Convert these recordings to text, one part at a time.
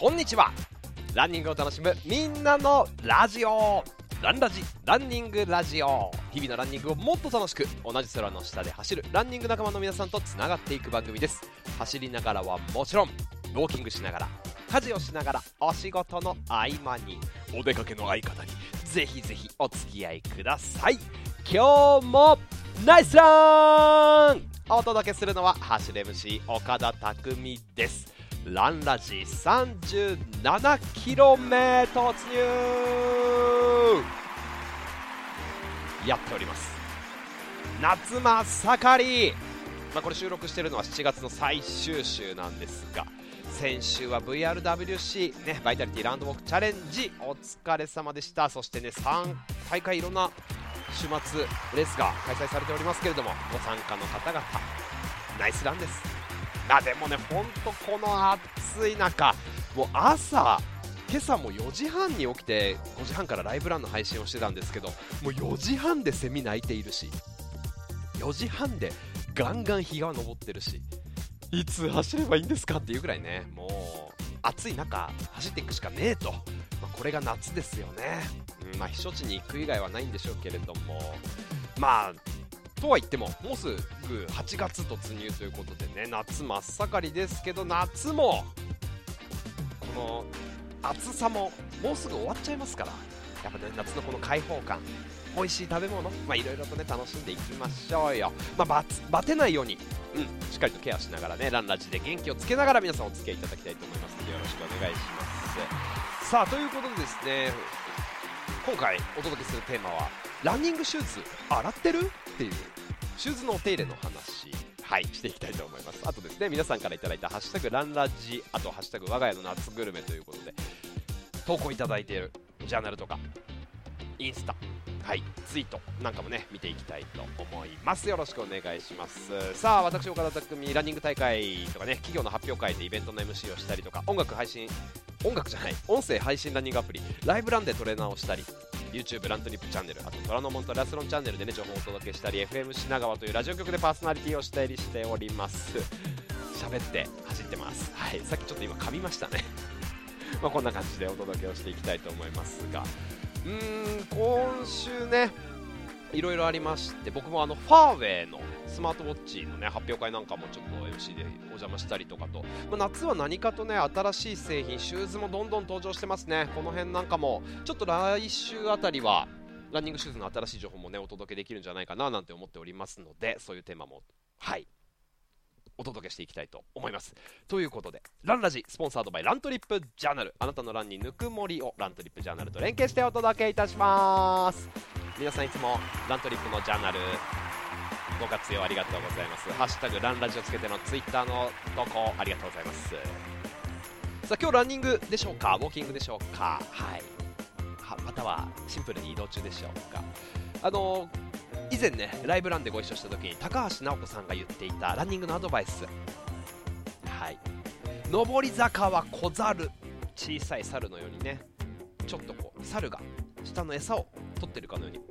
こんにちは。ランニングを楽しむみんなのラジオ、ランラジ、ランニングラジオ。日々のランニングをもっと楽しく、同じ空の下で走るランニング仲間の皆さんとつながっていく番組です。走りながらはもちろん、ウォーキングしながら、家事をしながら、お仕事の合間に、お出かけの相方にぜひぜひお付き合いください。今日もナイスランお届けするのは走れ MC 岡田匠です。ランラジ 37km 突入やっております。夏真っ盛り、これ収録しているのは7月の最終週なんですが、先週は VRWC、ね、バイタリティラウンドウォークチャレンジお疲れ様でした。そしてね、3大会いろんな週末レースが開催されておりますけれども、ご参加の方々ナイスランです。でもね、ほんとこの暑い中、もう今朝も4時半に起きて5時半からライブランの配信をしてたんですけど、もう4時半でセミ鳴いているし、4時半でガンガン日が昇ってるし、いつ走ればいいんですかっていうぐらいね、もう暑い中走っていくしかねえと、これが夏ですよね。避暑地に行く以外はないんでしょうけれども、とは言ってももうすぐ8月突入ということでね、夏真っ盛りですけど、夏もこの暑さももうすぐ終わっちゃいますから、やっぱね、夏のこの開放感、美味しい食べ物、いろいろとね楽しんでいきましょうよ。バテないように、しっかりとケアしながらね、ランラジで元気をつけながら皆さんお付き合いいただきたいと思いますので、よろしくお願いします。さあ、ということでですね、今回お届けするテーマは、ランニングシューズ洗ってるっていうシューズのお手入れの話、していきたいと思います。あとですね、皆さんからいただいたハッシュタグランラジ、あとハッシュタグ我が家の夏グルメということで投稿いただいているジャーナルとかインスタ、ツイートなんかもね見ていきたいと思います。よろしくお願いします。さあ、私岡田匠、ランニング大会とかね、企業の発表会でイベントの MC をしたりとか、音声配信ランニングアプリライブランでトレーナーをしたり、 YouTube ラントリップチャンネル、あと虎ノ門トラスロンチャンネルでね情報をお届けしたり、 FM 品川というラジオ局でパーソナリティをしたりしております。喋って走ってます。さっきちょっと今噛みましたねこんな感じでお届けをしていきたいと思いますが、今週ねいろいろありまして、僕もファーウェイのスマートウォッチのね発表会なんかもちょっと MC でお邪魔したりとかと、夏は何かとね新しい製品、シューズもどんどん登場してますね。この辺なんかもちょっと来週あたりはランニングシューズの新しい情報もねお届けできるんじゃないかななんて思っておりますので、そういうテーマもお届けしていきたいと思います。ということで、ランラジスポンサードバイラントリップジャーナル、あなたのランにぬくもりをラントリップジャーナルと連携してお届けいたします。皆さんいつもラントリップのジャーナルご活用ありがとうございます。ハッシュタグランラジをつけてのツイッターの投稿ありがとうございます。さあ、今日ランニングでしょうか、ウォーキングでしょうか、またはシンプルに移動中でしょうか。以前ねライブランでご一緒した時に高橋直子さんが言っていたランニングのアドバイス、上り坂は小猿、小さい猿のようにね、ちょっと猿が下の餌を取ってるかのように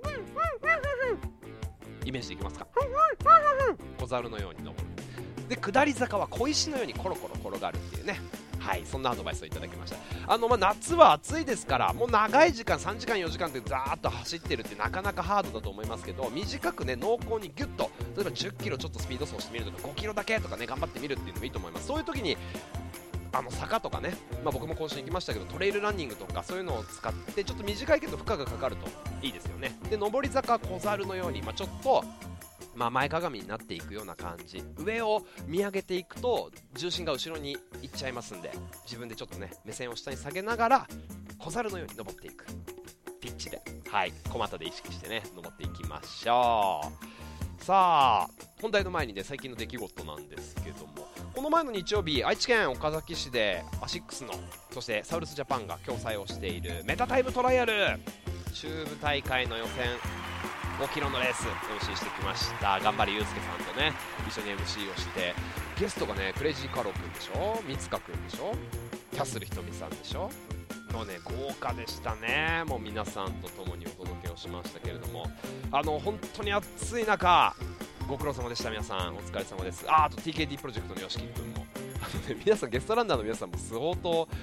イメージできますか。小猿のように登る。で、下り坂は小石のようにコロコロ転がるっていうね、そんなアドバイスをいただきました。夏は暑いですから、もう長い時間3時間4時間ってザーッと走ってるってなかなかハードだと思いますけど、短くね濃厚にギュッと、例えば10キロちょっとスピード走してみるとか5キロだけとかね頑張ってみるっていうのもいいと思います。そういう時に坂とかね、僕も今週行きましたけどトレイルランニングとかそういうのを使ってちょっと短いけど負荷がかかるといいですよね。で、上り坂小猿のように、ちょっと前かがみになっていくような感じ、上を見上げていくと重心が後ろに行っちゃいますんで、自分でちょっとね目線を下に下げながら小猿のように登っていく、ピッチで小股で意識してね登っていきましょう。さあ、本題の前にね最近の出来事なんですけども、この前の日曜日、愛知県岡崎市でアシックスの、そしてサウルスジャパンが共催をしているメタタイムトライアル中部大会の予選5キロのレース MC してきました。頑張れゆうすけさんとね一緒に MC をして、ゲストがねクレイジーカローくんでしょ、三塚くんでしょ、キャッスルひとみさんでしょのね、豪華でしたね。もう皆さんと共にお届けをしましたけれども、本当に暑い中ご苦労様でした。皆さんお疲れ様です。あと TKD プロジェクトの吉木くんも皆さんゲストランナーの皆さんも相当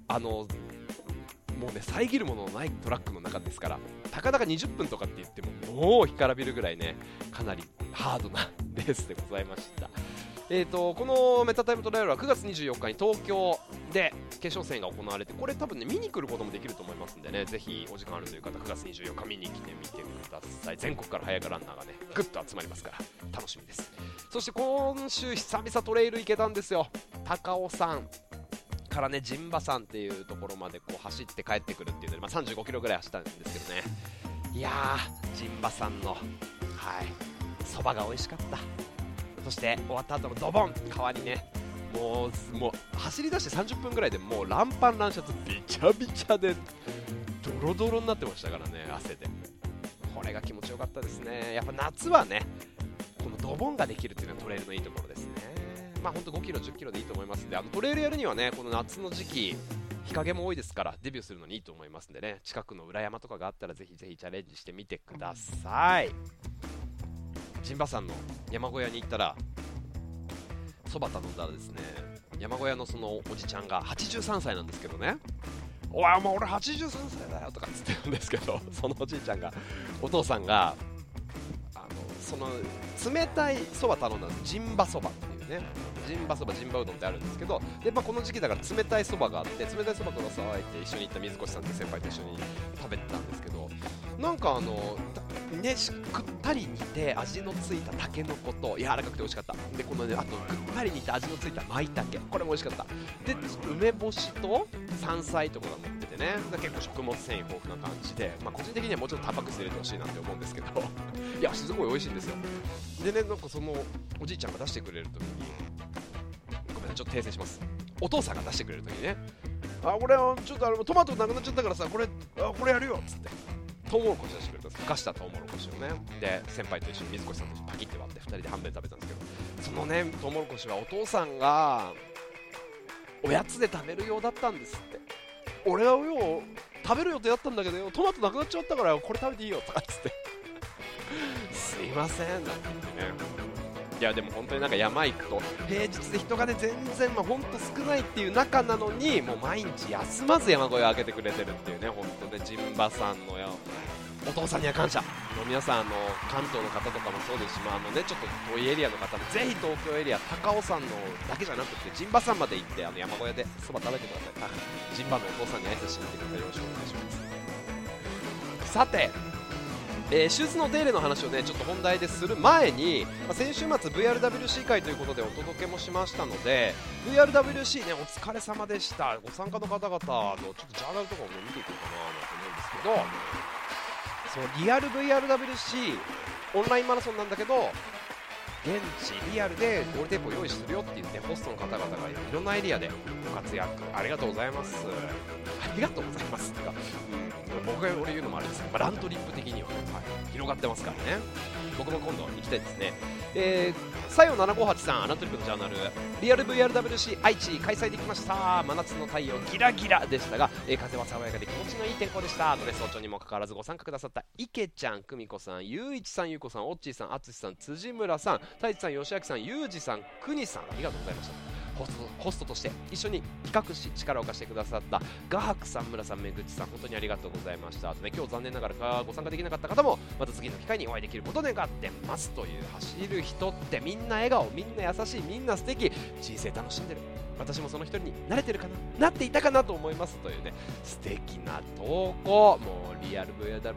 もうね遮るもののないトラックの中ですから、たかだか20分とかって言ってももう干からびるぐらいね、かなりハードなレースでございました。このメタタイムトライアルは9月24日に東京で決勝戦が行われて、これ多分ね見に来ることもできると思いますんでね、ぜひお時間あるという方9月24日見に来てみてください。全国から早いかランナーがねぐっと集まりますから楽しみです。そして今週久々トレイル行けたんですよ。高尾山からね陣馬山っていうところまでこう走って帰ってくるっていうので、35キロぐらい走ったんですけどね、いやー陣馬山のそばが美味しかった。そして終わった後のドボン川にね、もう走り出して30分ぐらいでもうランパンランシャツびちゃびちゃでドロドロになってましたからね、汗で。これが気持ちよかったですね。やっぱ夏はねこのドボンができるっていうのはトレイルのいいところですね。ほんと5キロ10キロでいいと思いますんで、トレイルやるにはねこの夏の時期日陰も多いですからデビューするのにいいと思いますんでね、近くの裏山とかがあったらぜひぜひチャレンジしてみてください。陣馬山の山小屋に行ったらそば頼んだらですね、山小屋のそのおじちゃんが83歳なんですけどね、おいもう俺83歳だよとかつってるんですけど、そのおじいちゃんがお父さんがその冷たいそば頼んだんです。陣馬そばっていうね、陣馬そば陣馬うどんってあるんですけど、で、この時期だから冷たいそばがあって、冷たいそばくださいって一緒に行った水越さんって先輩と一緒に食べてたんですけど、なんかね、くったり煮て味のついたたけのこと柔らかくて美味しかった。でこのね、あとくったり煮て味のついた舞茸、これも美味しかった。で梅干しと山菜とかが乗っててね、結構食物繊維豊富な感じで、個人的にはもうちょっとタンパク質入れてほしいなって思うんですけどいやすごい美味しいんですよ。でね、なんかそのおじいちゃんが出してくれる時に、ごめんなさいちょっと訂正します、お父さんが出してくれる時にね、俺はちょっとトマトなくなっちゃったからさ、これやるよっつってトウモロコシ出してくれたんです。ふかしたトウモロコシをね、で先輩と一緒に水越さんと一緒にパキって割って2人で半分食べたんですけど、そのねトウモロコシはお父さんがおやつで食べるようだったんですって。俺はよ食べる予定だったんだけどよ、トマトなくなっちゃったからこれ食べていいよとかっつってすいませんなんて言ってね。いやでも本当になんか山行くと平日で人がね全然ほんと少ないっていう中なのに、もう毎日休まず山小屋を開けてくれてるっていうね、本当ね陣馬さんのお父さんには感謝。皆さん関東の方とかもそうですし、ねちょっと遠いエリアの方もぜひ東京エリア高尾山のだけじゃなくて陣馬山まで行って山小屋でそば食べてください。陣馬のお父さんに挨拶しに行ってください。よろしくお願いします。さてシューズの手入れの話をねちょっと本題でする前に、先週末 VRWC 会ということでお届けもしましたので、 VRWC ねお疲れ様でした。ご参加の方々のちょっとジャーナルとかも、見ていこうかなと思うんですけど、そのリアル VRWC オンラインマラソンなんだけど現地リアルでゴールテープを用意するよって言ってホストの方々がいろんなエリアでご活躍ありがとうございます。ありがとうございますってか、僕が俺言うのもあれですけど、ラントリップ的には、広がってますからね。僕も今度行きたいですね。さよ758さん、ラントリップのジャーナルリアル VRWC 愛知開催できました。真夏の太陽ギラギラでしたが、風は爽やかで気持ちのいい天候でしたとね、早朝にもかかわらずご参加くださった池ちゃん、久美子さん、ゆういちさん、ゆうこさん、おっちーさん、あつしさん、辻村さん、太一さん、吉明さん、ゆうじさん、くにさん、ありがとうございました。ホストとして一緒に企画し力を貸してくださった画伯さん、村さん、めぐちさん、本当にありがとうございました。あとね、今日残念ながらご参加できなかった方もまた次の機会にお会いできることを願ってますという。走る人ってみんな笑顔、みんな優しい、みんな素敵、人生楽しんでる、私もその一人になれてるかな、なっていたかなと思いますというね、素敵な投稿。もうリアル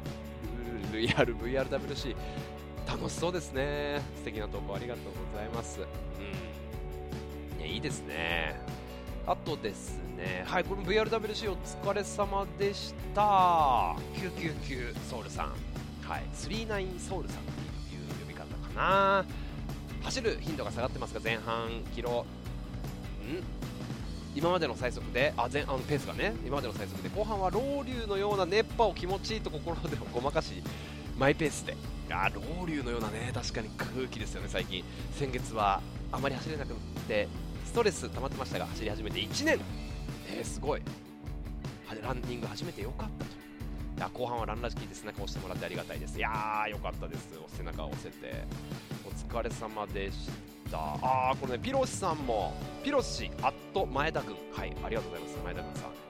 VRWC 楽しそうですね。素敵な投稿ありがとうございます。いいですね。あとですね、これも VRWC お疲れ様でした。999ソウルさん、39ソウルさんっていう呼び方かな。走る頻度が下がってますが、前半キロ今までの最速でペースがね今までの最速で、後半はロウリュのような熱波を気持ちいいと心でもごまかしマイペースで、ロウリュのようなね確かに空気ですよね。最近先月はあまり走れなくてストレス溜まってましたが、走り始めて1年、すごいランニング始めてよかったと。後半はランラジ聞いて背中を押してもらってありがたいです。いやーよかったです。背中を押せてお疲れ様でした。これねピロシさんも、ピロシ前田君、ありがとうございます。前田君さん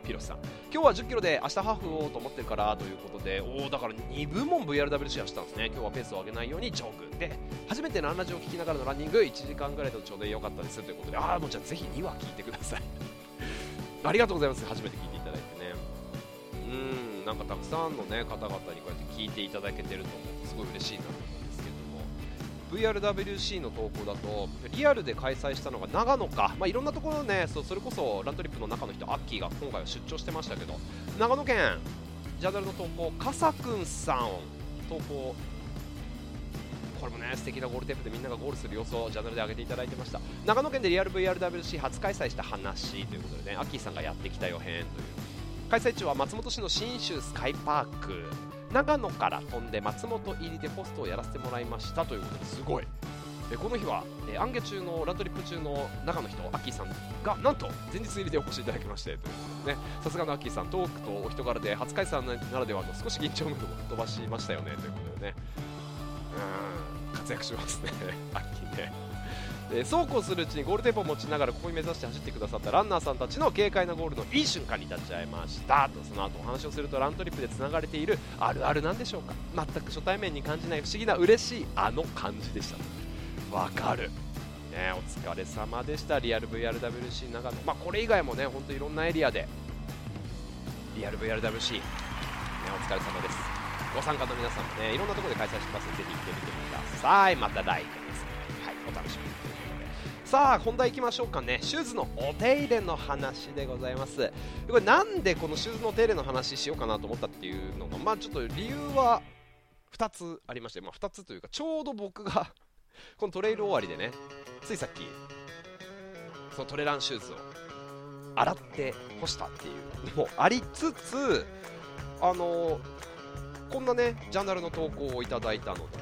ピロシさん、今日は10キロで明日ハーフをと思ってるからということで、だから2部門 VRWC 走ったんですね。今日はペースを上げないようにジョグで、初めてランラジオを聞きながらのランニング1時間ぐらいとちょうど良かったですということで、もうじゃあぜひ2話聞いてくださいありがとうございます。初めて聞いていただいてね、なんかたくさんの、ね、方々にこうやって聞いていただけてると思うとすごい嬉しいなと思うんですけれども、 VRWC の投稿だとリアルで開催したのが長野か、いろんなところね、それこそラントリップの中の人アッキーが今回は出張してましたけど、長野県ジャーナルの投稿、かさくんさん投稿、これもね素敵なゴールテープでみんながゴールする様子をジャーナルで上げていただいてました。長野県でリアル VRWC 初開催した話ということでね、アッキーさんがやってきたよ編という、開催地は松本市の信州スカイパーク、長野から飛んで松本入りでホストをやらせてもらいましたということですごい。この日は、アンゲ中のラントリップ中の中の人アッキーさんがなんと前日入りでお越しいただきましてということでね、さすがのアッキーさん、トークとお人柄で初開催ならではの少し緊張ムードも飛ばしましたよねということでね、活躍しますねアッキーね。そうこうするうちにゴールテープを持ちながらここに目指して走ってくださったランナーさんたちの軽快なゴールのいい瞬間に立ち会いましたと。その後お話をすると、ラントリップでつながれているあるあるなんでしょうか、全く初対面に感じない不思議な嬉しいあの感じでした。わかるね、お疲れ様でした。リアル VRWC 長野、これ以外もね本当いろんなエリアでリアル VRWC、お疲れ様です。ご参加の皆さんもねいろんなところで開催してますので、ぜひ行ってみてください。また来月、お楽しみに。さあ本題いきましょうかね。シューズのお手入れの話でございます。これなんでこのシューズのお手入れの話しようかなと思ったっていうのが、ちょっと理由は2つありまして、2つというか、ちょうど僕がこのトレイル終わりでね、ついさっきそのトレランシューズを洗って干したっていうのもありつつ、こんなねジャーナルの投稿をいただいたので、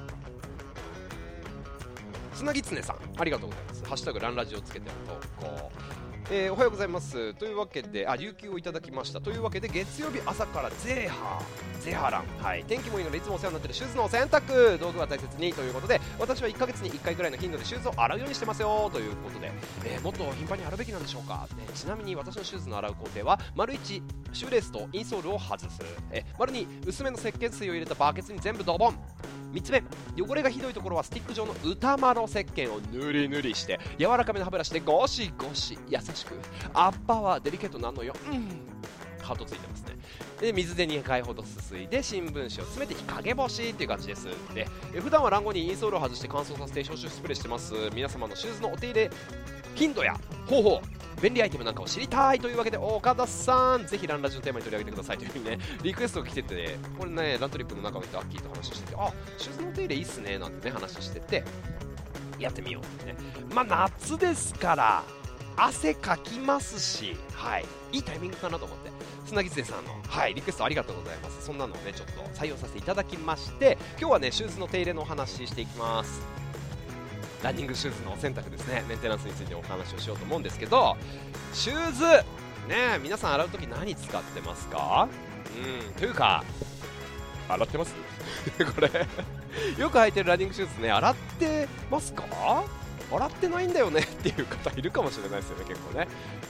つなぎつねさんありがとうございます。ハッシュタグランラジをつけての投稿、おはようございますというわけで、琉球をいただきましたというわけで、月曜日朝からゼーハラン、天気もいいのでいつもお世話になっているシューズの洗濯道具は大切にということで、私は1ヶ月に1回ぐらいの頻度でシューズを洗うようにしてますよということで、もっと頻繁に洗うべきなんでしょうか、ちなみに私のシューズの洗う工程は、丸1シューレースとインソールを外す、丸2薄めの石鹸水を入れたバケツに全部ドボン、3つ目汚れがひどいところはスティック状の歌丸石鹸を塗り塗りして柔らかめの歯ブラシでゴシゴシ優しく、アッパーはデリケートなのよ、ハートついてますね。で水で2回ほどすすいで新聞紙を詰めて日陰干しっていう感じです。で普段は乱後にインソールを外して乾燥させて消臭スプレーしてます。皆様のシューズのお手入れ頻度や方法、便利アイテムなんかを知りたいというわけで、岡田さんぜひランラジのテーマに取り上げてくださいというふうにねリクエストが来てて、これねラントリップの中の人アッキーと話してて、シューズのお手入れいいっすねなんてね話してて、やってみようってね。夏ですから汗かきますし、いいタイミングかなと思って、砂木瀬さんの、リクエストありがとうございます。そんなのをねちょっと採用させていただきまして、今日はねシューズの手入れのお話していきます。ランニングシューズの洗濯ですね、メンテナンスについてお話をしようと思うんですけど、シューズね皆さん洗うとき何使ってますか？というか洗ってますこれよく履いてるランニングシューズね、洗ってますか？洗ってないんだよねっていう方いるかもしれないですよね、結構ね。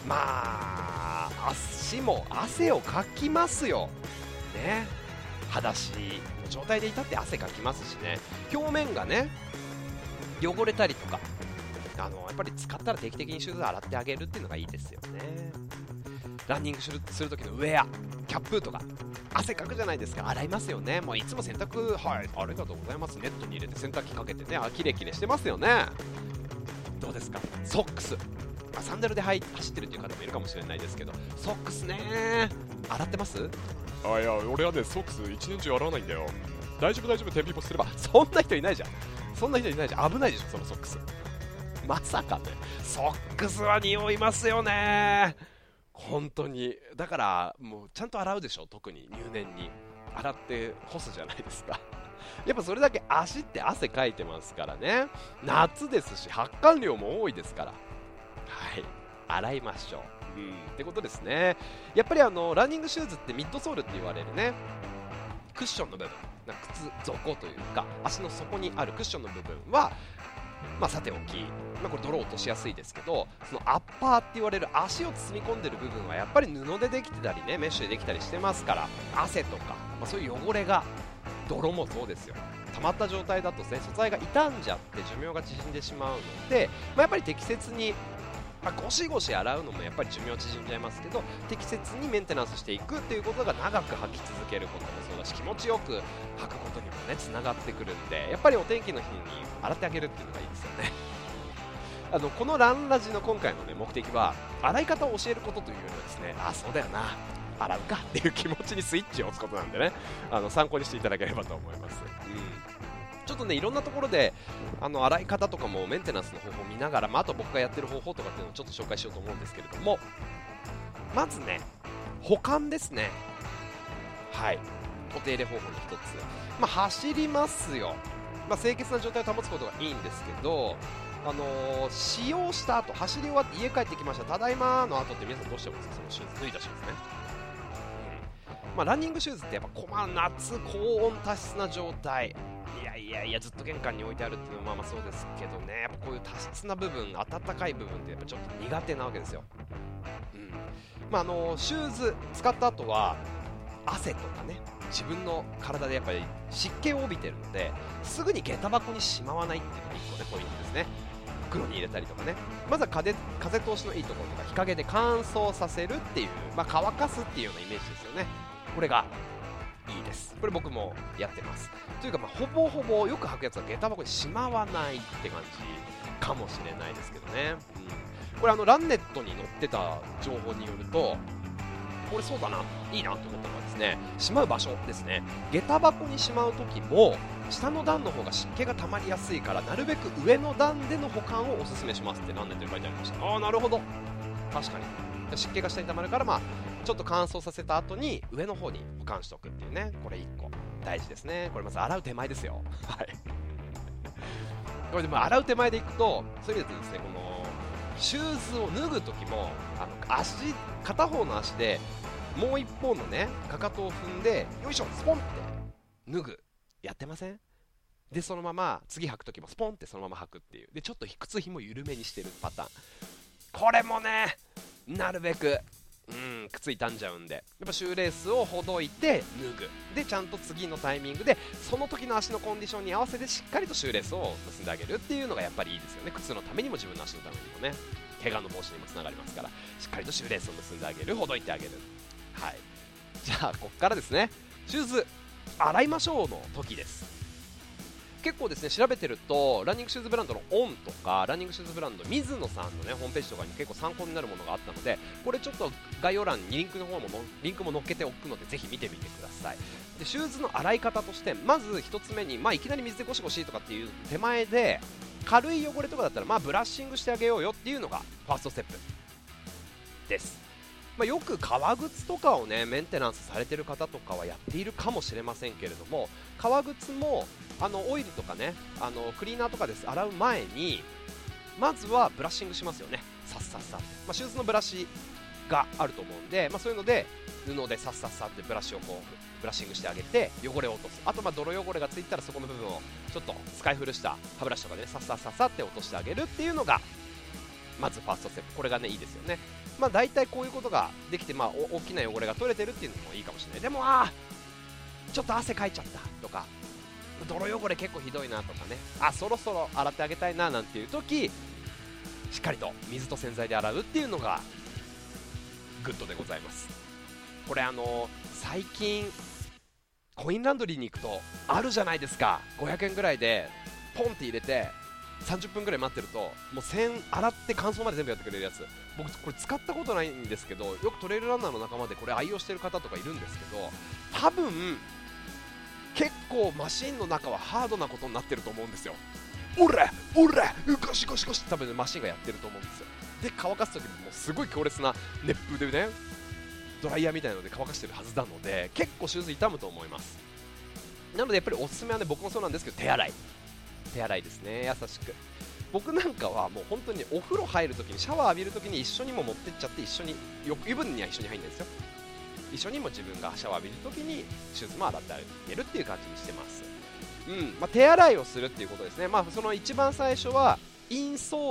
足も汗をかきますよね。裸足の状態でいたって汗かきますしね、表面がね汚れたりとか、やっぱり使ったら定期的にシューズ洗ってあげるっていうのがいいですよね。ランニングする時のウェア、キャップとか汗かくじゃないですか、洗いますよね。もういつも洗濯、ありがとうございます、ネットに入れて洗濯機かけてね、キレキレしてますよね。どうですかソックス、サンダルで走ってるっていう方もいるかもしれないですけど、ソックスね洗ってます？いや俺はねソックス一年中洗わないんだよ。大丈夫天日干しすれば。そんな人いないじゃん、危ないでしょそのソックス。まさかね、ソックスは匂いますよね本当に。だからもうちゃんと洗うでしょ、特に入念に洗って干すじゃないですかやっぱそれだけ足って汗かいてますからね。夏ですし発汗量も多いですから、洗いましょうってことですね。やっぱりランニングシューズってミッドソールって言われるねクッションの部分、靴底というか足の底にあるクッションの部分はさておき、 これ泥を落としやすいですけど、そのアッパーって言われる足を包み込んでる部分はやっぱり布でできてたりね、メッシュでできたりしてますから、汗とか、そういう汚れが、泥もそうですよ、溜まった状態だとね、素材が傷んじゃって寿命が縮んでしまうので、やっぱり適切に、ゴシゴシ洗うのもやっぱり寿命縮んじゃいますけど、適切にメンテナンスしていくっていうことが長く履き続けることもそうだし、気持ちよく履くことにもねつながってくるんで、やっぱりお天気の日に洗ってあげるっていうのがいいですよね。このランラジの今回の、ね、目的は洗い方を教えることというよりはですね、そうだよな、洗うかっていう気持ちにスイッチを押すことなんでね、参考にしていただければと思います。ちょっとね、いろんなところで洗い方とかもメンテナンスの方法を見ながら、あと僕がやってる方法とかっていうのをちょっと紹介しようと思うんですけれども、まずね、保管ですね。はい、お手入れ方法の一つ、走りますよ。清潔な状態を保つことがいいんですけど、使用した後、走り終わって家帰ってきました、ただいまの後って皆さんどうしてますか？そのシューズ、脱いだシューズね。ランニングシューズってやっぱ夏高温多湿な状態、いやずっと玄関に置いてあるっていうのはそうですけどね、やっぱこういう多湿な部分、暖かい部分ってやっぱちょっと苦手なわけですよ。シューズ使った後は汗とかね、自分の体でやっぱり湿気を帯びてるので、すぐに下駄箱にしまわないっていうのが1個ねポイントですね。袋に入れたりとかね、まずは風通しのいいところとか日陰で乾燥させるっていう、乾かすっていうようなイメージですよね。これがいいです。これ僕もやってます。というかほぼほぼよく履くやつは下駄箱にしまわないって感じかもしれないですけどね。これランネットに載ってた情報によると、これそうだな、いいなと思ったのはですね、しまう場所ですね。下駄箱にしまう時も下の段の方が湿気が溜まりやすいから、なるべく上の段での保管をおすすめしますってランネットに書いてありました。なるほど、確かに湿気が下に溜まるから、ちょっと乾燥させた後に上の方に保管しておくっていうね、これ1個大事ですね。これまず洗う手前ですよ。はい、これでも洗う手前でいくと、そういう意味でですね、このシューズを脱ぐ時も片方の足でもう一方のねかかとを踏んで、よいしょスポンって脱ぐ、やってません？でそのまま次履く時もスポンってそのまま履くっていう、でちょっと靴ひも緩めにしてるパターン、これもねなるべく靴傷んじゃうんで、やっぱシューレースをほどいて脱ぐ、でちゃんと次のタイミングでその時の足のコンディションに合わせてしっかりとシューレースを結んであげるっていうのがやっぱりいいですよね。靴のためにも自分の足のためにもね、怪我の防止にもつながりますから、しっかりとシューレースを結んであげる、ほどいてあげる。はい、じゃあこっからですね、シューズ洗いましょうの時です。結構ですね、調べてるとランニングシューズブランドのオンとかランニングシューズブランド水野さんのねホームページとかに結構参考になるものがあったので、これちょっと概要欄にリンクも載っけておくので、ぜひ見てみてください。でシューズの洗い方として、まず1つ目に、いきなり水でゴシゴシとかっていう手前で、軽い汚れとかだったらブラッシングしてあげようよっていうのがファーストステップです。よく革靴とかをねメンテナンスされてる方とかはやっているかもしれませんけれども、革靴もオイルとかねクリーナーとかで洗う前にまずはブラッシングしますよね。さっさっさって、シューズのブラシがあると思うんで、そういうので布でさっさっさってブラシをブラッシングしてあげて汚れを落とす。あと泥汚れがついたらそこの部分をちょっと使い古した歯ブラシとかで、さっさっさっさって落としてあげるっていうのがまずファーストステップ。これがねいいですよね。大体こういうことができて、大きな汚れが取れてるっていうのもいいかもしれない。でもちょっと汗かいちゃったとか、泥汚れ結構ひどいなとかね、そろそろ洗ってあげたいななんていう時、しっかりと水と洗剤で洗うっていうのがグッドでございます。これ最近コインランドリーに行くとあるじゃないですか。500円ぐらいでポンって入れて30分ぐらい待ってると、もう洗って乾燥まで全部やってくれるやつ。僕これ使ったことないんですけど、よくトレイルランナーの仲間でこれ愛用してる方とかいるんですけど、多分結構マシンの中はハードなことになってると思うんですよ。ゴシゴシゴシ多分、ね、マシンがやってると思うんですよ。で乾かす時ももうすごい強烈な熱風でね、ドライヤーみたいなので乾かしてるはずなので、結構シューズ傷むと思います。なのでやっぱりおすすめはね、僕もそうなんですけど、手洗いですね。優しく。僕なんかはもう本当にお風呂入るときに、シャワー浴びるときに一緒にも持ってっちゃって、一緒に湯船には一緒に入るんですよ。一緒にも自分がシャワー浴びるときにシューズも洗ってあげるっていう感じにしてます。手洗いをするっていうことですね。その一番最初はインソール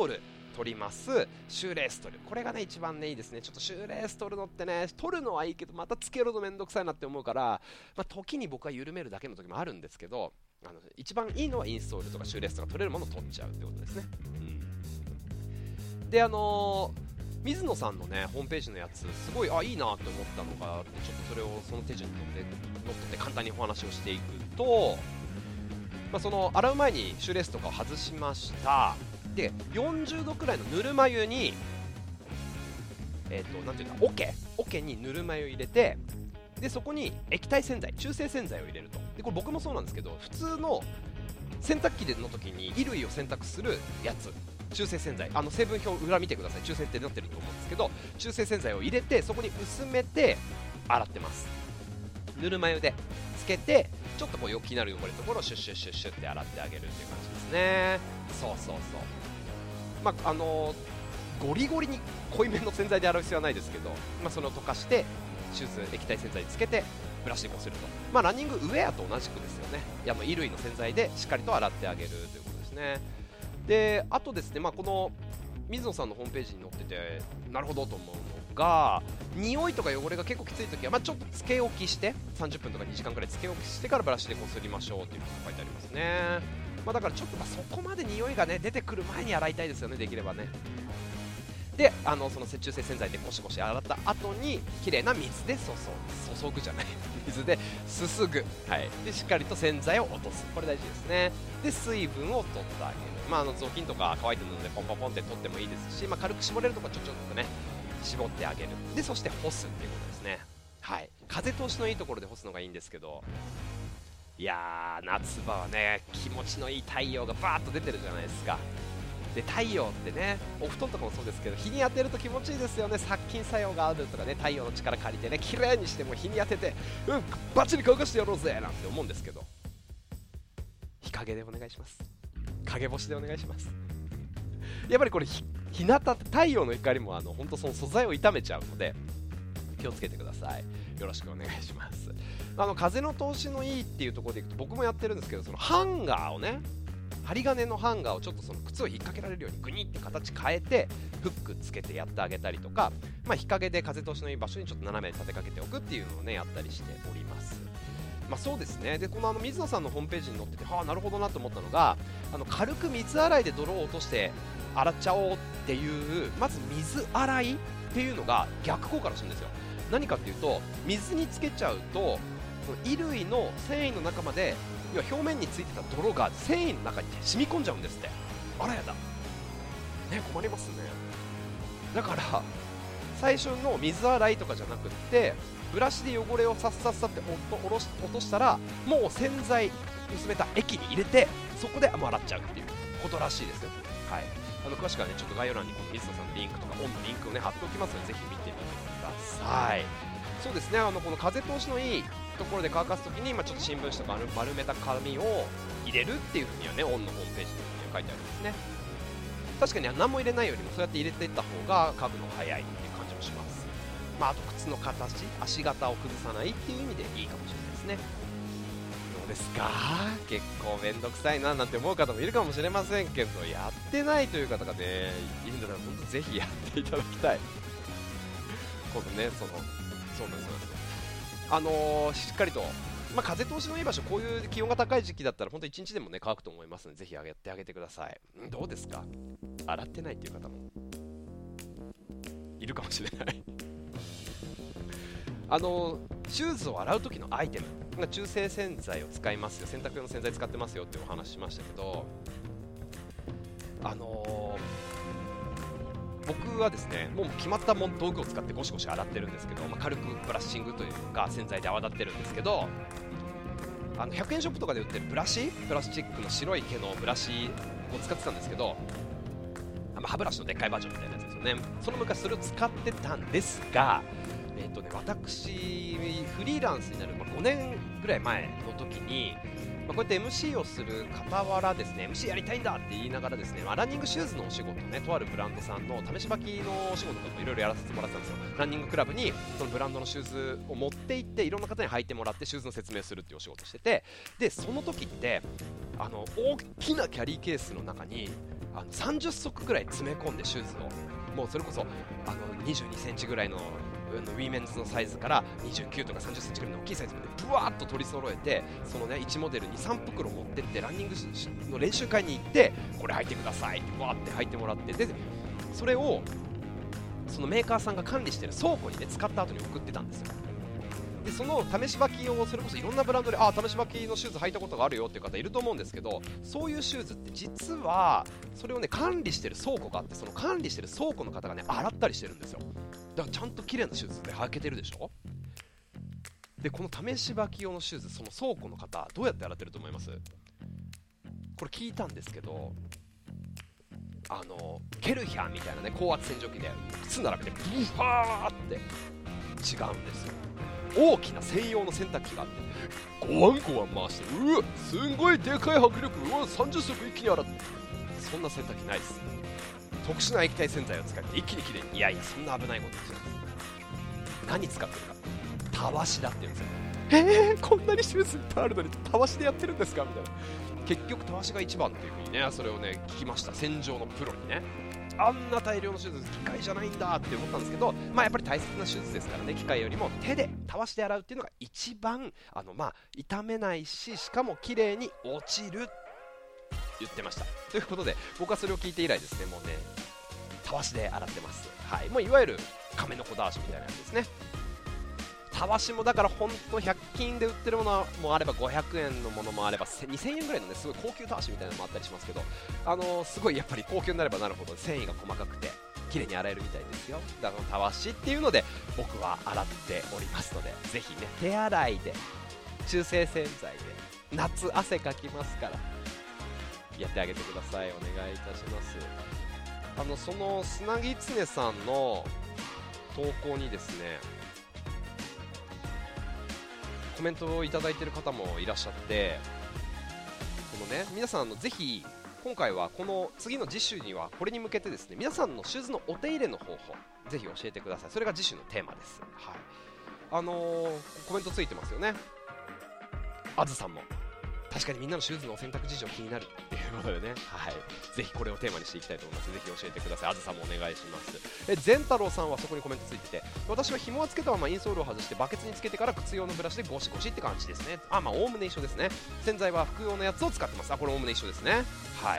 取りますシューレース取る、これがね一番ねいいですね。ちょっとシューレース取るのってね、取るのはいいけどまたつけるのめんどくさいなって思うから、時に僕は緩めるだけの時もあるんですけど、一番いいのはインストールとかシューレースとか取れるものを取っちゃうってことですね。で水野さんのねホームページのやつすごいいいなって思ったのがあって、ちょっとそれをその手順に乗って簡単にお話をしていくと、その洗う前にシューレースとかを外しました。で40度くらいのぬるま湯になんていうんだ、桶にぬるま湯入れて、でそこに液体洗剤、中性洗剤を入れると。でこれ僕もそうなんですけど、普通の洗濯機での時に衣類を洗濯するやつ、中性洗剤、成分表裏見てください、中性ってなってると思うんですけど、中性洗剤を入れてそこに薄めて洗ってます。ぬるま湯でつけて、ちょっとこう気になる汚れのところをシュッシュッシュッシュッって洗ってあげるっていう感じですね。そうゴリゴリに濃いめの洗剤で洗う必要はないですけど、それを溶かしてシューズ液体洗剤につけてブラシでこすると、ランニングウェアと同じくですよね。衣類の洗剤でしっかりと洗ってあげるということですね。であとですね、この水野さんのホームページに載っててなるほどと思うのが、匂いとか汚れが結構きつい時は、ちょっとつけ置きして30分とか2時間くらいつけ置きしてからブラシでこすりましょうということが書いてありますね。だからちょっとそこまで匂いがね出てくる前に洗いたいですよね、できればね。でその中性洗剤でゴシゴシ洗った後に綺麗な水で注ぐじゃない水ですすぐ、でしっかりと洗剤を落とす、これ大事ですね。で水分を取ってあげる、雑巾とか乾いてるのでポンポンポンって取ってもいいですし、軽く絞れるとかちょっとね絞ってあげる。でそして干すっていうことですね。風通しのいいところで干すのがいいんですけど、いやー夏場はね気持ちのいい太陽がバーッと出てるじゃないですか。で太陽ってね、お布団とかもそうですけど、日に当てると気持ちいいですよね。殺菌作用があるとかね、太陽の力借りてね綺麗にして、も日に当ててバッチリ乾かしてやろうぜなんて思うんですけど、日陰でお願いします。陰干しでお願いします。やっぱりこれ日向太陽の光も本当その素材を傷めちゃうので気をつけてください。よろしくお願いします。風の通しのいいっていうところでいくと、僕もやってるんですけど、そのハンガーをね、針金のハンガーをちょっとその靴を引っ掛けられるようにグニって形変えてフックつけてやってあげたりとか、日陰で風通しのいい場所にちょっと斜めに立てかけておくっていうのをねやったりしております。そうですね。でこの水野さんのホームページに載ってて、なるほどなと思ったのが、軽く水洗いで泥を落として洗っちゃおうっていう、まず水洗いっていうのが逆効果らしいんですよ。何かっていうと、水につけちゃうと衣類の繊維の中まで、要は表面についてた泥が繊維の中に染み込んじゃうんですって。あらやだね、困りますね。だから最初の水洗いとかじゃなくって、ブラシで汚れをさっさっさって落としたら、もう洗剤薄めた液に入れてそこで洗っちゃうっていうことらしいですよ。詳しくはねちょっと概要欄にこの水野さんのリンクとかオンのリンクをね貼っておきますので、ぜひ見てみてください。そうですね、この風通しのいいところで乾かすときに、ちょっと新聞紙とか丸めた紙を入れるっていうふうにはね、オンのホームページには書いてありますね。確かに何も入れないよりもそうやって入れていった方が乾くのが早いっていう感じもします。あと靴の形、足型を崩さないっていう意味でいいかもしれないですね。どうですか？結構めんどくさいななんて思う方もいるかもしれませんけど、やってないという方がねいるんだったら本当ぜひやっていただきたい。今度ねそうなんですよ。しっかりと、風通しのいい場所、こういう気温が高い時期だったら本当1日でもね乾くと思いますので、ぜひやってあげてください。どうですか？洗ってないっていう方もいるかもしれないシューズを洗う時のアイテム、中性洗剤を使いますよ、洗濯用の洗剤使ってますよっていうお話しましたけど、僕はですね、もう決まった道具を使ってゴシゴシ洗ってるんですけど、軽くブラッシングというか洗剤で泡立ってるんですけど、100円ショップとかで売ってるプラスチックの白い毛のブラシを使ってたんですけど、歯ブラシのでっかいバージョンみたいなやつですよね。その昔それを使ってたんですが、私フリーランスになる5年ぐらい前の時に、こうやって MC をする傍らですね、 MC やりたいんだって言いながらですね、ランニングシューズのお仕事ね、とあるブランドさんの試し履きのお仕事とかいろいろやらせてもらってたんですよ。ランニングクラブにそのブランドのシューズを持って行って、いろんな方に履いてもらってシューズの説明するっていうお仕事をしてて、でその時って大きなキャリーケースの中に 30足くらい詰め込んでシューズをもうそれこそ22センチぐらいのウィーメンズのサイズから29とか30センチぐらいの大きいサイズまでブワーッと取り揃えて、そのね1モデルに3袋持ってってランニングの練習会に行って、これ履いてくださいってわーって履いてもらって、でそれをそのメーカーさんが管理してる倉庫にね使った後に送ってたんですよ。でその試し履きをそれこそいろんなブランドで試し履きのシューズ履いたことがあるよっていう方いると思うんですけど、そういうシューズって実はそれをね管理してる倉庫があって、その管理してる倉庫の方がね洗ったりしてるんですよ。だからちゃんと綺麗なシューズで履けてるでしょ。でこの試し履き用のシューズ、その倉庫の方どうやって洗ってると思います？これ聞いたんですけど、ケルヒャーみたいなね高圧洗浄機で靴並べてブワーって違うんですよ。大きな専用の洗濯機があってゴワンゴワン回して、うわすんごいでかい迫力、うわ30足一気に洗って、そんな洗濯機ないです。特殊な液体洗剤を使って一気にきれいに、いやいやそんな危ないことですよ。何使ってるか、たわしだって言うんですよ。こんなにシューズいっぱいあるのにたわしでやってるんですかみたいな。結局たわしが一番っていう風にね、それをね聞きました。洗浄のプロにね、あんな大量のシューズ機械じゃないんだって思ったんですけど、やっぱり大切なシューズですからね、機械よりも手でたわしで洗うっていうのが一番傷めないし、しかも綺麗に落ちる言ってました。ということで僕はそれを聞いて以来ですね、もうねたわしで洗ってます。はい、もういわゆる亀の子だしみたいなやつですね。たわしもだから本当100均で売ってるものもあれば500円のものもあれば2000円ぐらいのねすごい高級たわしみたいなのもあったりしますけど、すごいやっぱり高級になればなるほど繊維が細かくて綺麗に洗えるみたいですよ。だからたわしっていうので僕は洗っておりますので、ぜひね手洗いで中性洗剤で夏汗かきますからやってあげてください。お願いいたします。その砂ぎつねさんの投稿にですねコメントをいただいている方もいらっしゃって、このね皆さんぜひ今回はこの次の次週にはこれに向けてですね、皆さんのシューズのお手入れの方法ぜひ教えてください。それが次週のテーマです。はい、コメントついてますよね。あずさんも確かにみんなのシューズのお洗濯事情気になるっていうことでね、はい、ぜひこれをテーマにしていきたいと思います。ぜひ教えてください。あずさんもお願いします。善太郎さんはそこにコメントついてて、私は紐はつけたままインソールを外してバケツにつけてから靴用のブラシでゴシゴシって感じですね。おおむね一緒ですね。洗剤は服用のやつを使ってます。これおおむね一緒ですね。はい、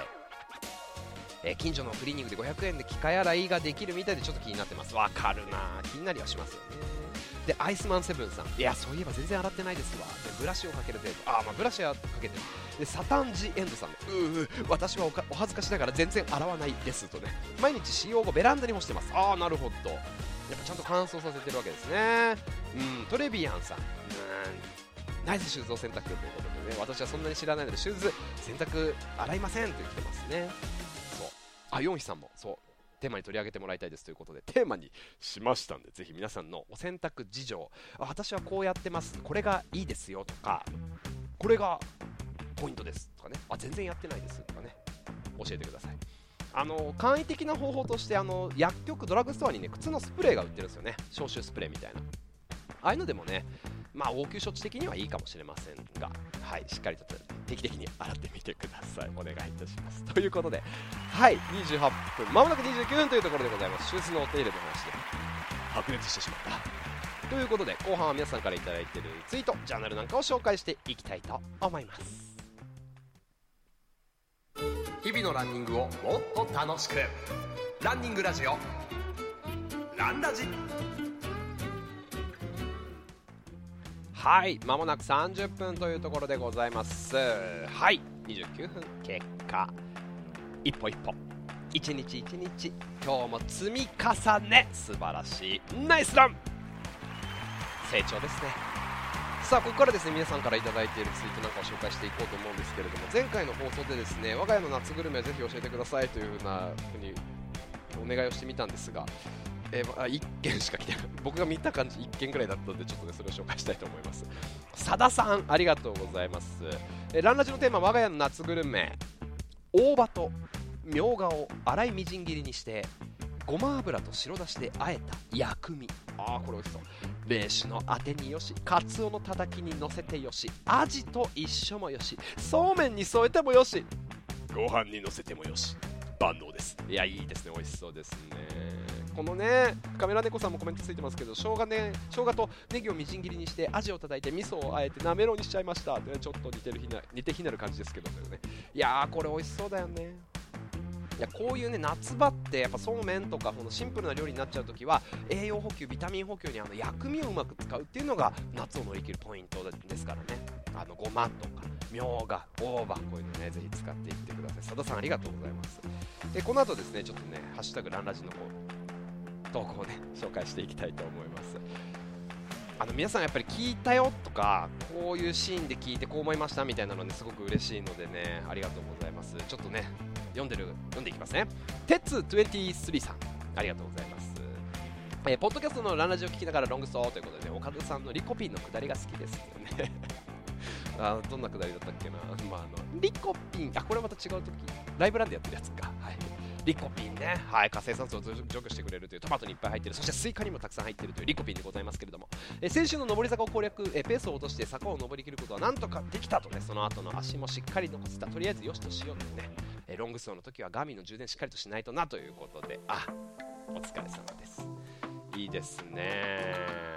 近所のクリーニングで500円で機械洗いができるみたいでちょっと気になってます。わかるな、気になりはしますよね。でアイスマンセブンさん、いやそういえば全然洗ってないですわ。でブラシをかける程度、ブラシはかけてる。でサタンジエンドさん、私はお恥ずかしながら全然洗わないですとね、毎日使用後ベランダに干してます。なるほど、やっぱちゃんと乾燥させてるわけですね。トレビアンさん、ナイスシューズを洗濯ということでね、私はそんなに知らないのでシューズ洗濯洗いませんと言ってますね。そうヨンヒさんもそうテーマに取り上げてもらいたいですということでテーマにしましたんで、ぜひ皆さんのお洗濯事情、私はこうやってます、これがいいですよとか、これがポイントですとかね、全然やってないですとかね、教えてください。簡易的な方法として薬局ドラッグストアにね靴のスプレーが売ってるんですよね。消臭スプレーみたいな、ああいうのでもね応急処置的にはいいかもしれませんが、はい、しっかりと定期的に洗ってみてください。お願いいたします。ということで、はい28分まもなく29分というところでございます。シューズのお手入れの話で白熱してしまったということで、後半は皆さんからいただいているツイートジャーナルなんかを紹介していきたいと思います。日々のランニングをもっと楽しく、ランニングラジオランラジ。はい、間もなく30分というところでございます。はい、29分経過、一歩一歩一日一日今日も積み重ね、素晴らしいナイスラン、成長ですね。さあここからですね皆さんからいただいているツイートなんかを紹介していこうと思うんですけれども、前回の放送でですね我が家の夏グルメをぜひ教えてくださいというふうにお願いをしてみたんですが、1件しか来てない。僕が見た感じ1件ぐらいだったのでちょっとねそれを紹介したいと思います。さださんありがとうございます。ランラジのテーマ我が家の夏グルメ、大葉とみょうがを粗いみじん切りにしてごま油と白だしで和えた薬味、これ美味しそう。冷酒のあてによし、カツオのたたきにのせてよし、アジと一緒もよし、そうめんに添えてもよし、ご飯にのせてもよし、 万能です。いや、いいですね、美味しそうですね。このね、カメラ猫さんもコメントついてますけど、生姜とネギをみじん切りにしてアジを叩いて味噌をあえてなめろうにしちゃいましたって、ちょっと似て非なる感じですけどね。いやー、これ美味しそうだよね。いや、こういうね、夏場ってやっぱそうめんとかこのシンプルな料理になっちゃうときは、栄養補給、ビタミン補給に薬味をうまく使うっていうのが夏を乗り切るポイントですからね。ごまとかみょうが、大葉、こういうのね、ぜひ使っていってください。佐田さんありがとうございます。で、この後ですね、ちょっとね、ハッシュタグランラジの方投稿をね、紹介していきたいと思います。皆さんやっぱり聞いたよとか、こういうシーンで聞いてこう思いましたみたいなのね、すごく嬉しいのでね、ありがとうございます。ちょっとね、読んでいきますね。Tets23 さん、ありがとうございます。ポッドキャストのランラジを聞きながらロングストということでね、岡田さんのリコピンのくだりが好きですよね。どんなくだりだったっけな。リコピン、これまた違う時、ライブランでやってるやつか。はい。リコピンね、はい、活性酸素を除去してくれるという、トマトにいっぱい入ってる、そしてスイカにもたくさん入っているというリコピンでございますけれども、先週の上り坂を攻略、ペースを落として坂を上り切ることはなんとかできたとね、その後の足もしっかり残せた、とりあえずよしとしようというね、ロングスローの時はガーミンの充電しっかりとしないとなということで、お疲れ様です。いいですね。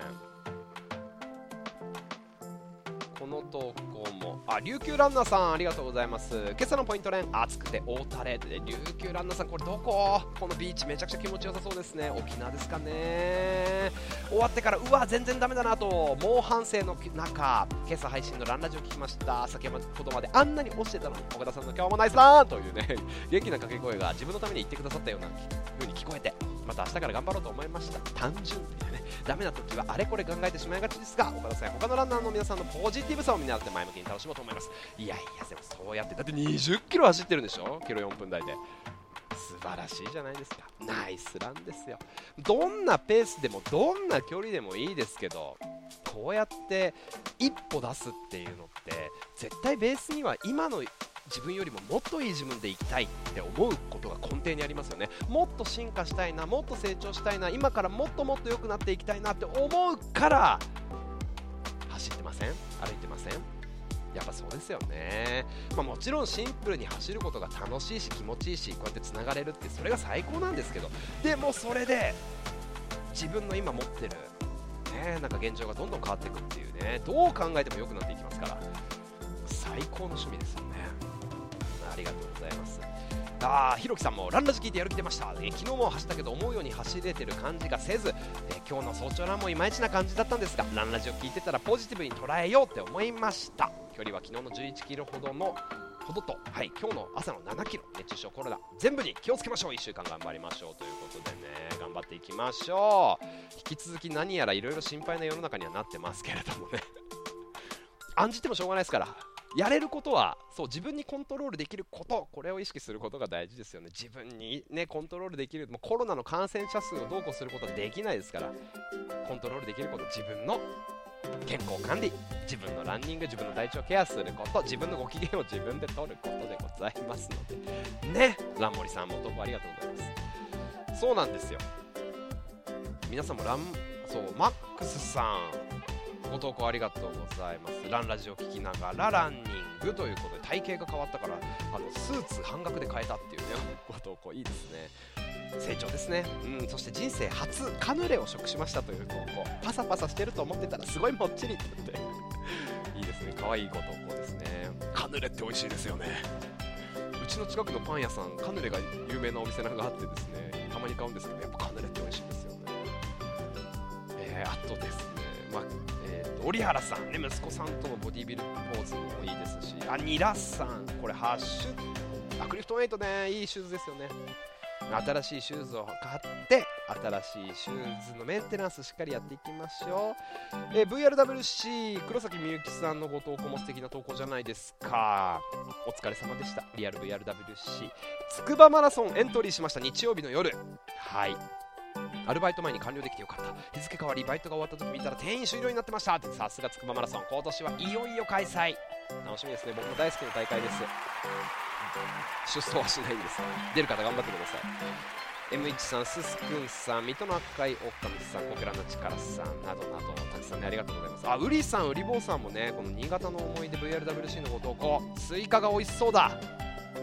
この投稿も琉球ランナーさんありがとうございます。今朝のポイント連暑くて大垂れで、琉球ランナーさんこれどこ？このビーチめちゃくちゃ気持ちよさそうですね。沖縄ですかね。終わってから全然ダメだなと猛反省の中、今朝配信のランラジを聞きました。先ほどまであんなに落ちてたのに岡田さんの今日もナイスランというね元気な掛け声が自分のために言ってくださったような風に聞こえて、また明日から頑張ろうと思いました。単純にね、ダメな時はあれこれ考えてしまいがちですが、岡田さんや他のランナーの皆さんのポジティブさを見習って前向きに楽しもうと思います。いやでもそうやってだって20キロ走ってるんでしょ、キロ4分台で。素晴らしいじゃないですか。ナイスランですよ。どんなペースでもどんな距離でもいいですけど、こうやって一歩出すっていうのって絶対ベースには今の自分よりももっといい自分でいきたいって思うことが根底にありますよね。もっと進化したいな、もっと成長したいな、今からもっともっと良くなっていきたいなって思うから走ってません？歩いてません？やっぱそうですよね。もちろんシンプルに走ることが楽しいし気持ちいいし、こうやってつながれるってそれが最高なんですけど、でもそれで自分の今持ってるね、なんか現状がどんどん変わっていくっていうね、どう考えても良くなっていきますから、最高の趣味ですよね。ありがとうございます。ひろきさんもランラジ聞いてやる気出ました、昨日も走ったけど思うように走れてる感じがせず、今日の早朝ランもいまいちな感じだったんですが、ランラジを聞いてたらポジティブに捉えようって思いました。距離は昨日の11キロほどと、今日の朝の7キロ、熱中症コロナ全部に気をつけましょう。1週間頑張りましょうということでね、頑張っていきましょう。引き続き何やらいろいろ心配な世の中にはなってますけれどもね案じてもしょうがないですから、やれることは自分にコントロールできること、これを意識することが大事ですよね。自分にねコントロールできる、もうコロナの感染者数をどうこうすることはできないですから、コントロールできること、自分の健康管理、自分のランニング、自分の体調ケアすること、自分のご機嫌を自分で取ることでございますのでね。ランモリさんも投稿ありがとうございます。そうなんですよ。皆さんもマックスさんご投稿ありがとうございます。ランラジを聞きながらランニングということで、体型が変わったからスーツ半額で買えたっていうねご投稿いいですね。成長ですね。そして人生初カヌレを食しましたという投稿。パサパサしてると思ってたらすごいもっちりって言っていいですね。可愛いご投稿ですね。カヌレって美味しいですよね。うちの近くのパン屋さん、カヌレが有名なお店なんかあってですね、たまに買うんですけど、やっぱカヌレって美味しいですよね。あとですね、折原さんね、息子さんとのボディビルポーズもいいですし、ニラさん、これハッシュクリフトメイトね、いいシューズですよね。新しいシューズを買って新しいシューズのメンテナンスしっかりやっていきましょう。VRWC 黒崎みゆきさんのご投稿も素敵な投稿じゃないですか。お疲れ様でした。リアル VRWC つくばマラソンエントリーしました。日曜日の夜、アルバイト前に完了できてよかった。日付変わりバイトが終わった時見たら定員終了になってました。さすがつくばマラソン、今年はいよいよ開催、楽しみですね。僕も大好きな大会です。出走はしないんです。出る方頑張ってください。 M1 さん、すすくんさん、水戸の赤い狼さん、こけらの力さんなどなどたくさんね、ありがとうございます。ウリさん、ウリ坊さんもね、この新潟の思い出 VRWC のご投稿、スイカが美味しそうだ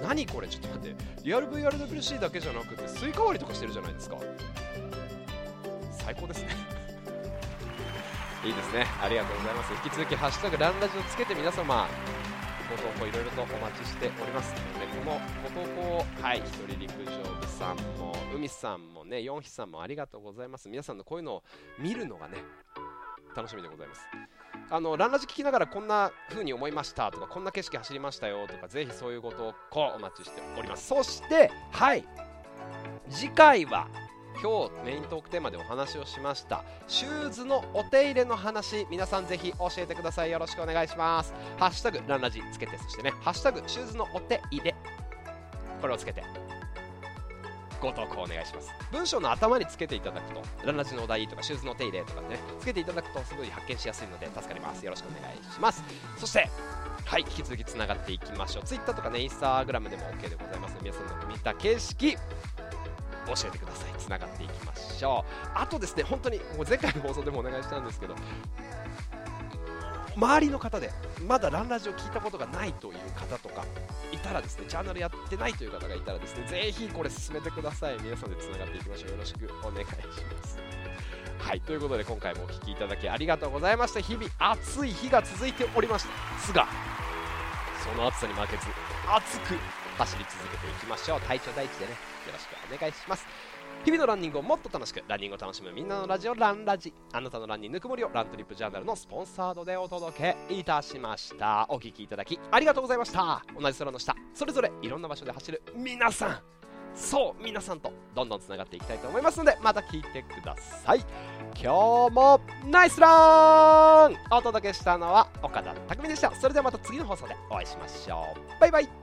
何これ、ちょっと待って、リアル VRWC だけじゃなくてスイカ割りとかしてるじゃないですか。最高ですねいいですね、ありがとうございます。引き続きハッシュタグランラジをつけて皆様ご投稿いろいろとお待ちしておりますので、このご投稿を、はい、一人陸上部さんも海さんもね、ヨンヒさんもありがとうございます。皆さんのこういうのを見るのがね楽しみでございます。ランラジ聞きながらこんな風に思いましたとか、こんな景色走りましたよとか、ぜひそういうご投稿お待ちしております。そしてはい、次回は今日メイントークテーマでお話をしましたシューズのお手入れの話、皆さんぜひ教えてください。よろしくお願いします。ハッシュタグランラジつけて、そしてね、ハッシュタグシューズのお手入れ、これをつけてご投稿お願いします。文章の頭につけていただくと、ランラジのお題とかシューズのお手入れとかね、つけていただくとすごい発見しやすいので助かります。よろしくお願いします。そしてはい、引き続きつながっていきましょう。 Twitter とかね、インスタグラムでも OK でございます。皆さんの見た景色教えてください。つながっていきましょう。あとですね、本当にもう前回の放送でもお願いしたんですけど、周りの方でまだランラジを聞いたことがないという方とかいたらですね、ジャーナルやってないという方がいたらですね、ぜひこれ進めてください。皆さんでつながっていきましょう。よろしくお願いします。はい、ということで今回もお聞きいただきありがとうございました。日々暑い日が続いておりましたが、その暑さに負けず熱く走り続けていきましょう。体調第一でね、よろしくお願いします。日々のランニングをもっと楽しく、ランニングを楽しむみんなのラジオ、ランラジ。あなたのランニングぬくもりをラントリップジャーナルのスポンサードでお届けいたしました。お聞きいただきありがとうございました。同じ空の下、それぞれいろんな場所で走る皆さん、そう皆さんとどんどんつながっていきたいと思いますので、また聞いてください。今日もナイスランお届けしたのは岡田匠でした。それではまた次の放送でお会いしましょう。バイバイ。